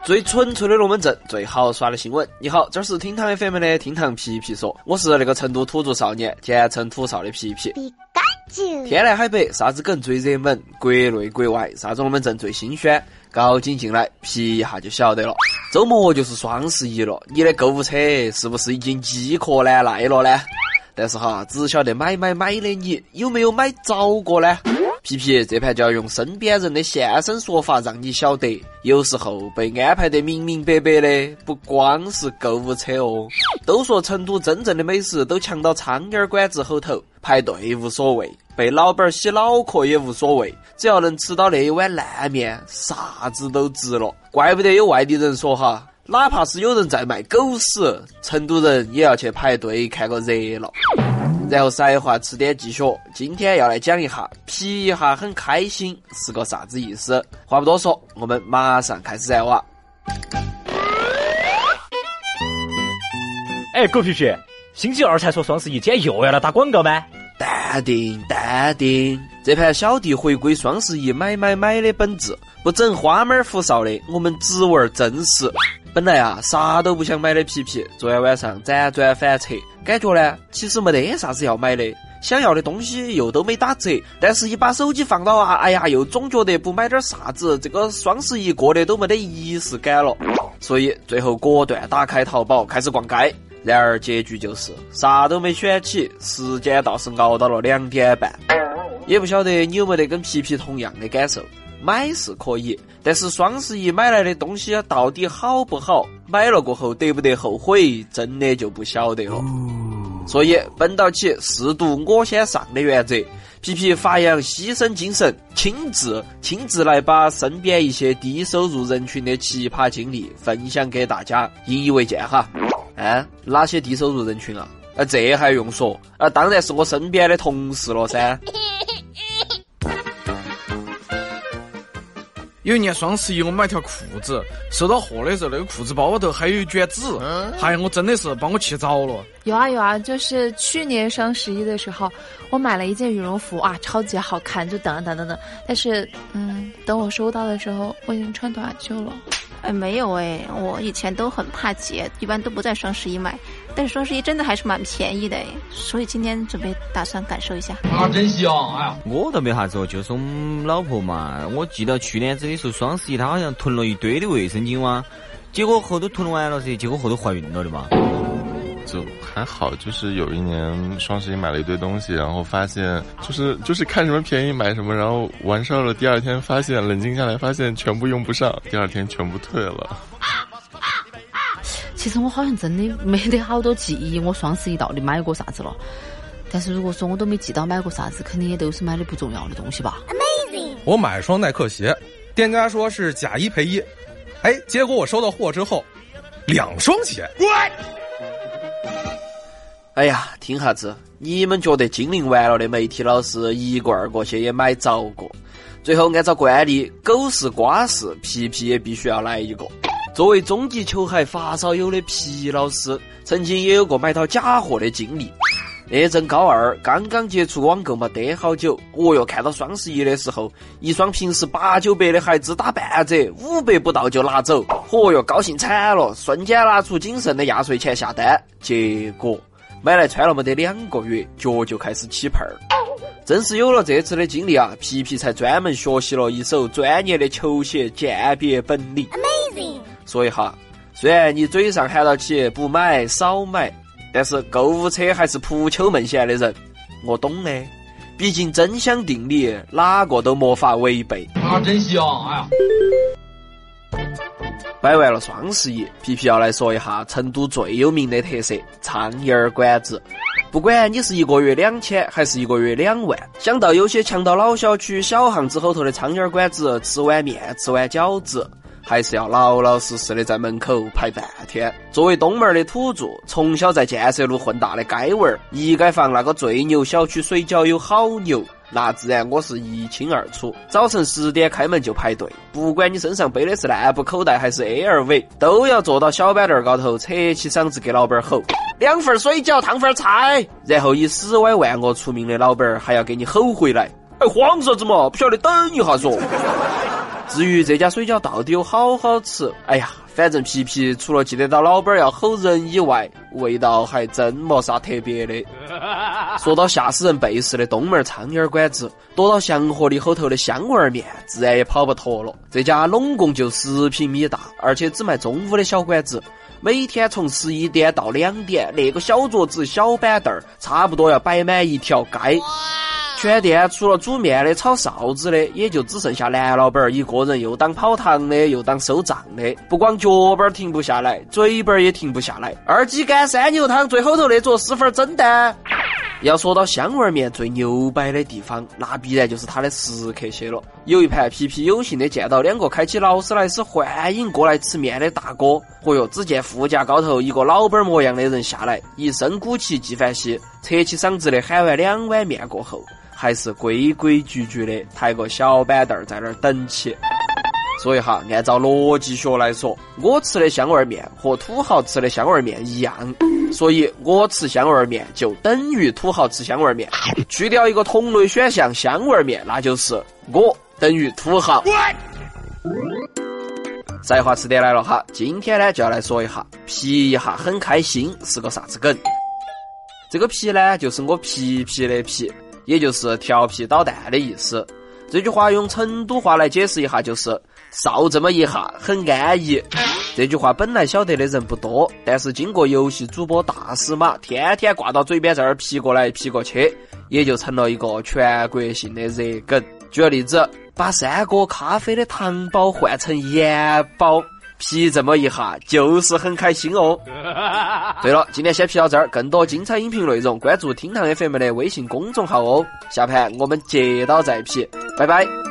最纯粹的龙门阵，最好耍的新闻。你好，这是厅堂 FM 的厅堂皮皮说，我是那个成都土著少年，简称土少的皮皮。天南海北，啥子梗最热门？国内国外，啥种龙门阵最新鲜？搞紧进来，皮一下就晓得了。周末就是双11了，你的购物车是不是已经饥渴难耐了呢？但是哈，只晓得买的你，有没有买着过呢？皮皮这盘就要用身边人的现身说法让你晓得，有时候被安排得明明白白的不光是购物车哦。都说成都真正的美食都抢到苍蝇馆子后头，排队无所谓，被老板洗脑壳也无所谓，只要能吃到那一碗烂面，啥子都值了。怪不得有外地人说哈，哪怕是有人在卖狗屎，成都人也要去排队看个热闹。然后啥话吃点鸡血，今天要来讲一下皮一下很开心是个啥子意思。话不多说，我们马上开始噻哇。 哎，狗皮皮，星期二才说双11，今天又要来打广告吗？ 淡定，这盘小弟回归双11买的本质，不整花猫福少的，我们只玩正事。本来啊，啥都不想买的皮皮，昨天晚上辗转反侧，感觉呢，其实没得啥子要买的，想要的东西又都没打折，但是一把手机放到啊，哎呀，又总觉得不买点啥子，这个双11过得都没得仪式感了，所以最后果断打开淘宝开始逛街。然而结局就是啥都没选起，时间倒是熬到了2点半。也不晓得你有没得跟皮皮同样的感受，买是可以，但是双11买来的东西到底好不好，买了过后得不得后悔，真的就不晓得了。所以本到起适度我先上的原则，皮皮发扬牺牲精神，亲自来把身边一些低收入人群的奇葩经历分享给大家，引以为鉴哈。哪些低收入人群啊？这还用说？当然是我身边的同事了噻。 有一年双11我买条裤子，收到货的时候那个裤子包头还有一卷纸，我真的是把我气着了。 有啊，就是去年双11的时候，我买了一件羽绒服啊，超级好看，就等，但是等我收到的时候，我已经穿短袖了。 没有我以前都很怕节，一般都不在双11买，但是双11真的还是蛮便宜的所以今天准备打算感受一下。 真香！ 我倒没啥子就是我们老婆嘛，我记得去年子的时候双11她好像囤了一堆的卫生巾哇，结果后头囤完了噻，结果后头怀孕了的嘛。 就还好，就是有一年双11买了一堆东西，然后发现就是看什么便宜买什么，然后完事了，第二天发现冷静下来发现全部用不上，第二天全部退了。 其实我好像真的没得好多记忆，我双11到底买过啥子了。但是如果说我都没记到买过啥子，肯定也都是买的不重要的东西吧。 Amazing！ 我买双耐克鞋，店家说是假1赔1，结果我收到货之后，2双鞋。 哎呀，听下子，你们觉得精灵完了的媒体老师一个二个些也买着过。最后按照惯例，狗是瓜是，皮皮也必须要来一个。作为终极球海发烧友的皮老师，曾经也有过买到假货的经历。那阵高2刚刚接触网购没得好久，看到双11的时候，一双平时8、900的鞋只打半折，500不到就拿走，高兴惨了，瞬间拿出仅剩的压岁钱下单，结果买来穿了没得2个月，脚就开始起泡儿。正是有了这次的经历啊，皮皮才专门学习了一手专业的球鞋鉴别本领。Amazing！ 所以哈，虽然你嘴上喊到起不买少买，但是购物车还是扑丘门前的人，我懂的。毕竟真香定理，哪个都没法违背。 真香！ 摆完了双11，皮皮要来说一下成都最有名的特色苍蝇馆子。不管你是1个月2000还是1个月2万，想到有些强到老小区小巷子后头的苍蝇馆子，吃碗面吃碗饺子，还是要老老实实的在门口排半天。作为东门的土著，从小在建设路混大的街娃儿，一街坊那个最牛小区水饺有好牛，那自然我是一清二楚。早晨10点开门就排队，不管你身上背的是烂布口袋还是 LV， 都要坐到小板凳高头，扯起嗓子给老板吼2份水饺烫份菜，然后以10歪万恶出名的老板还要给你吼回来，慌啥子嘛，不晓得等一下说。 至于这家水饺到底有好好吃，哎呀，反正皮皮除了记得到老板要吼人以外，味道还真没啥特别的。说到吓死人背时的东门苍蝇馆子，躲到祥和里后头的香味面自然也跑不脱了。这家拢共就10平米大，而且只卖中午的小馆子，每天从11点到2点，那个小桌子小板凳差不多要摆满一条街。全店除了煮面的、炒臊子的，也就只剩下男老板一个人，又当跑堂的，又当收账的。不光脚板停不下来，嘴板也停不下来。2鸡肝3牛汤，最后头那桌4份蒸蛋。要说到香味面最牛掰的地方，那必然就是它的食客些了。有一盘皮皮有幸的见到2个开起劳斯莱斯欢迎过来吃面的大哥，嚯哟，只见副驾高头一个老板模样的人下来，一身鼓起纪梵希，扯起嗓子的喊完2碗面过后，还是规规矩矩的抬个小板凳在那儿等起。所以哈，按照逻辑学来说，我吃的香味面和土豪吃的香味面一样，所以我吃香味面就等于土豪吃香味面。去掉一个同类选项香味面，那就是我等于土豪。赛话词典来了哈，今天呢就要来说一下皮一下很开心是个啥子梗。这个皮呢就是我皮皮的皮，也就是调皮捣蛋的意思。这句话用成都话来解释一下，就是少这么一下很安逸。这句话本来晓得的人不多，但是经过游戏主播大司马天天挂到嘴边这儿皮过来皮过去，也就成了一个全国性的热梗。举个例子，把3个咖啡的糖包换成盐包，皮这么一下就是很开心哦。对了，今天先皮到这儿，更多精彩音频内容关注厅堂 FM 的微信公众号哦。下盘我们接到再皮，拜拜。